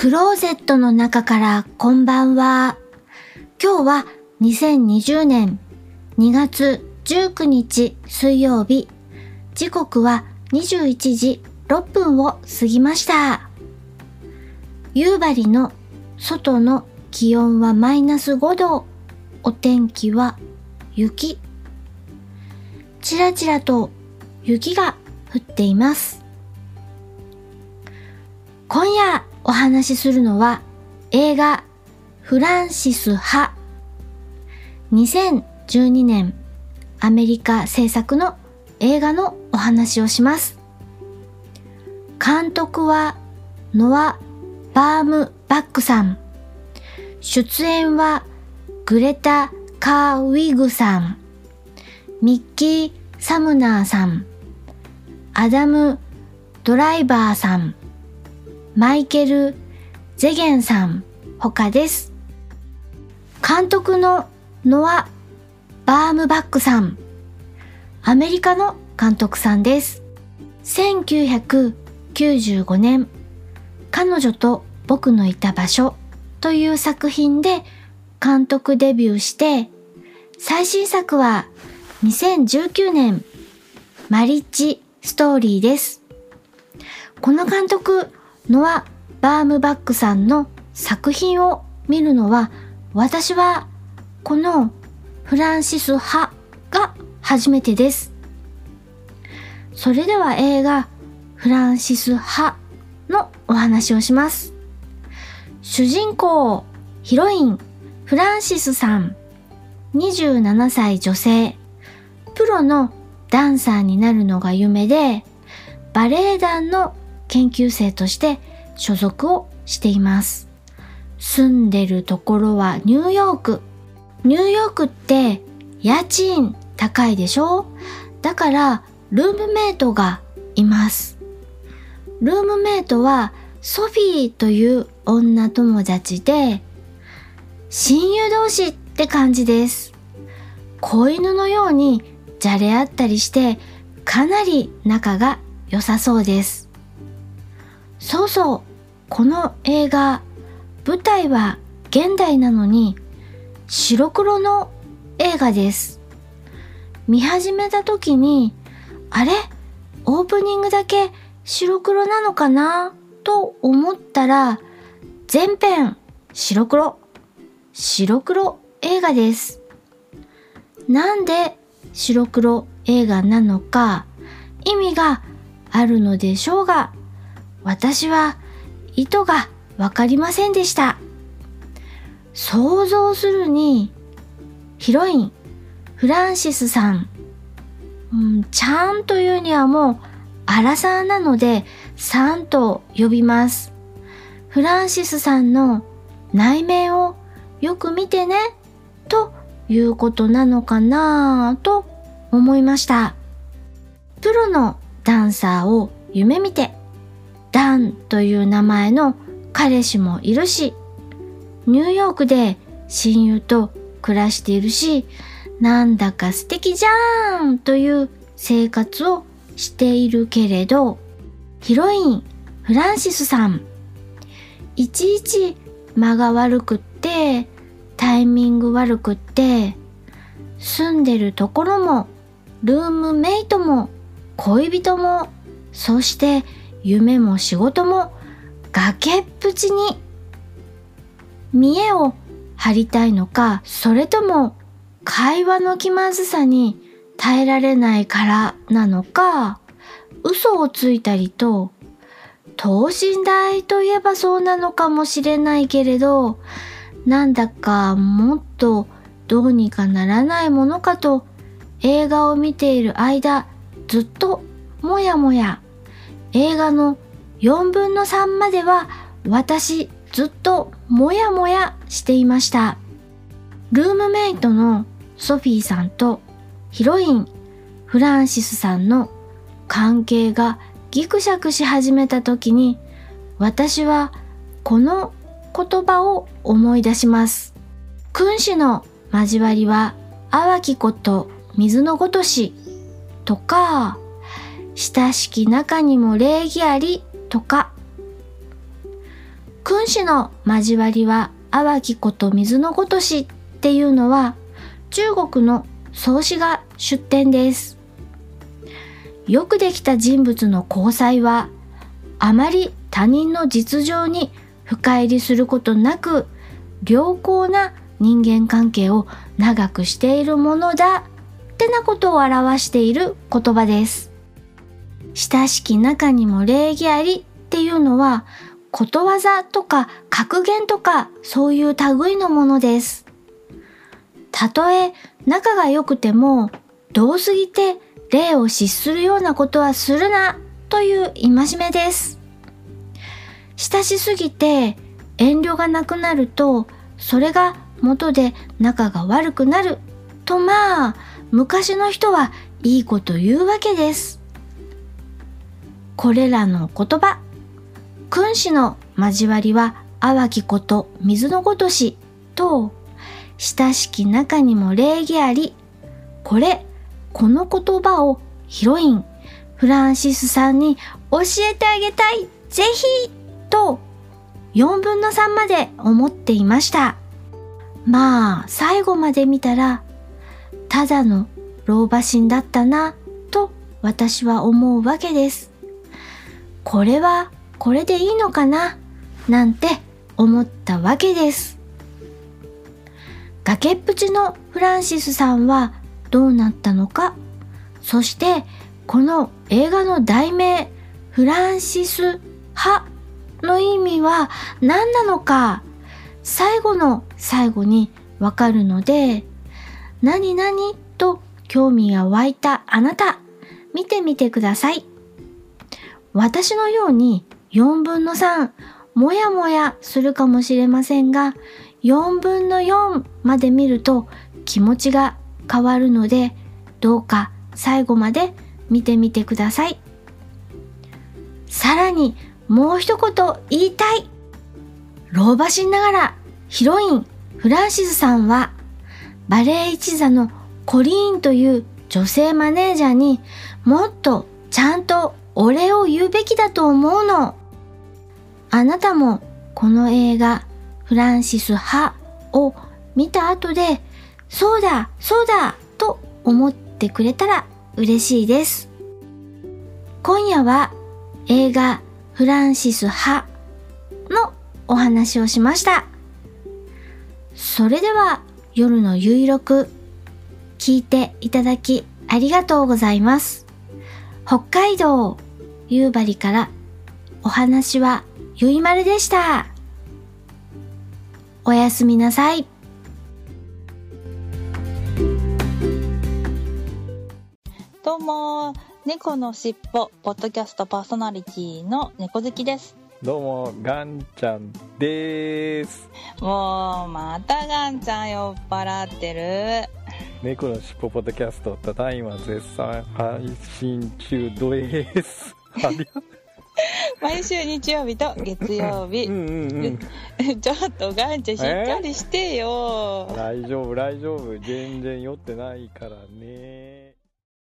クローゼットの中からこんばんは。今日は2020年2月19日水曜日。時刻は21時6分を過ぎました。夕張の外の気温はマイナス5度。お天気は雪。ちらちらと雪が降っています。今夜お話しするのは映画フランシス・ハ。2012年アメリカ制作の映画のお話をします。監督はノア・バームバックさん。出演はグレタ・カーウィグさん、ミッキー・サムナーさん、アダム・ドライバーさん、マイケル・ゼゲンさん他です。監督のノア・バームバックさん、アメリカの監督さんです。1995年、彼女と僕のいた場所という作品で監督デビューして、最新作は2019年、マリッジストーリーです。この監督、ノア・バームバックさんの作品を見るのは、私はこのフランシス・ハが初めてです。それでは映画フランシス・ハのお話をします。主人公、ヒロイン、フランシスさん、27歳女性、プロのダンサーになるのが夢で、バレエ団の研究生として所属をしています。住んでるところはニューヨーク。ニューヨークって家賃高いでしょ？だからルームメイトがいます。ルームメイトはソフィーという女友達で、親友同士って感じです。子犬のようにじゃれ合ったりして、かなり仲が良さそうです。そうそう、この映画、舞台は現代なのに白黒の映画です。見始めた時に、あれ？オープニングだけ白黒なのかなと思ったら、全編白黒映画です。なんで白黒映画なのか意味があるのでしょうが、私は意図がわかりませんでした。想像するに、ヒロインフランシスさん、ちゃんと言うにはもうアラサーなのでさんと呼びます。フランシスさんの内面をよく見てねということなのかなと思いました。プロのダンサーを夢見て、ダンという名前の彼氏もいるし、ニューヨークで親友と暮らしているし、なんだか素敵じゃーんという生活をしているけれど、ヒロインフランシスさん、いちいち間が悪くって、タイミング悪くって、住んでるところもルームメイトも恋人も、そして夢も仕事も崖っぷちに。見栄を張りたいのか、それとも会話の気まずさに耐えられないからなのか、嘘をついたりと、等身大といえばそうなのかもしれないけれど、なんだかもっとどうにかならないものかと映画を見ている間、ずっともやもや。映画の4分の3までは私ずっともやもやしていました。ルームメイトのソフィーさんとヒロインフランシスさんの関係がギクシャクし始めた時に、私はこの言葉を思い出します。君子の交わりは淡きこと水のごとしとか、親しき中にも礼儀ありとか、 君子の交わりは淡きこと水のごとしっていうのは中国の荘子が出典です。よくできた人物の交際はあまり他人の実情に深入りすることなく良好な人間関係を長くしているものだってなことを表している言葉です。親しき中にも礼儀ありっていうのはことわざとか格言とかそういう類のものです。たとえ仲が良くても度を過ぎて礼を失するようなことはするなという戒めです。親しすぎて遠慮がなくなるとそれが元で仲が悪くなると昔の人はいいこと言うわけです。これらの言葉、君子の交わりは淡きこと水のごとしと親しき中にも礼儀あり、この言葉をヒロインフランシスさんに教えてあげたい、ぜひと4分の3まで思っていました。最後まで見たらただの老婆心だったなと私は思うわけです。これはこれでいいのかななんて思ったわけです。崖っぷちのフランシスさんはどうなったのか、そしてこの映画の題名フランシス派の意味は何なのか最後の最後にわかるので、何々と興味が湧いたあなた見てみてください。私のように4分の3もやもやするかもしれませんが、4分の4まで見ると気持ちが変わるので、どうか最後まで見てみてください。さらにもう一言言いたい。老婆心ながらヒロインフランシスさんはバレエ一座のコリーンという女性マネージャーにもっとちゃんとお礼を言うべきだと思うの。あなたもこの映画フランシス派を見た後でそうだそうだと思ってくれたら嬉しいです。今夜は映画フランシス派のお話をしました。それでは夜のゆいろく聞いていただきありがとうございます。北海道夕張からお話はゆいまるでした。おやすみなさい。 どうも、猫のしっぽポッドキャストパーソナリティの猫好きです。 どうもガンちゃんです。 もうまたガンちゃん酔っ払ってる。 猫のしっぽポッドキャストただいま絶賛配信中です。 毎週日曜日と月曜日。ちょっとガンちゃんしっかりしてよ。 大丈夫全然酔ってないからね。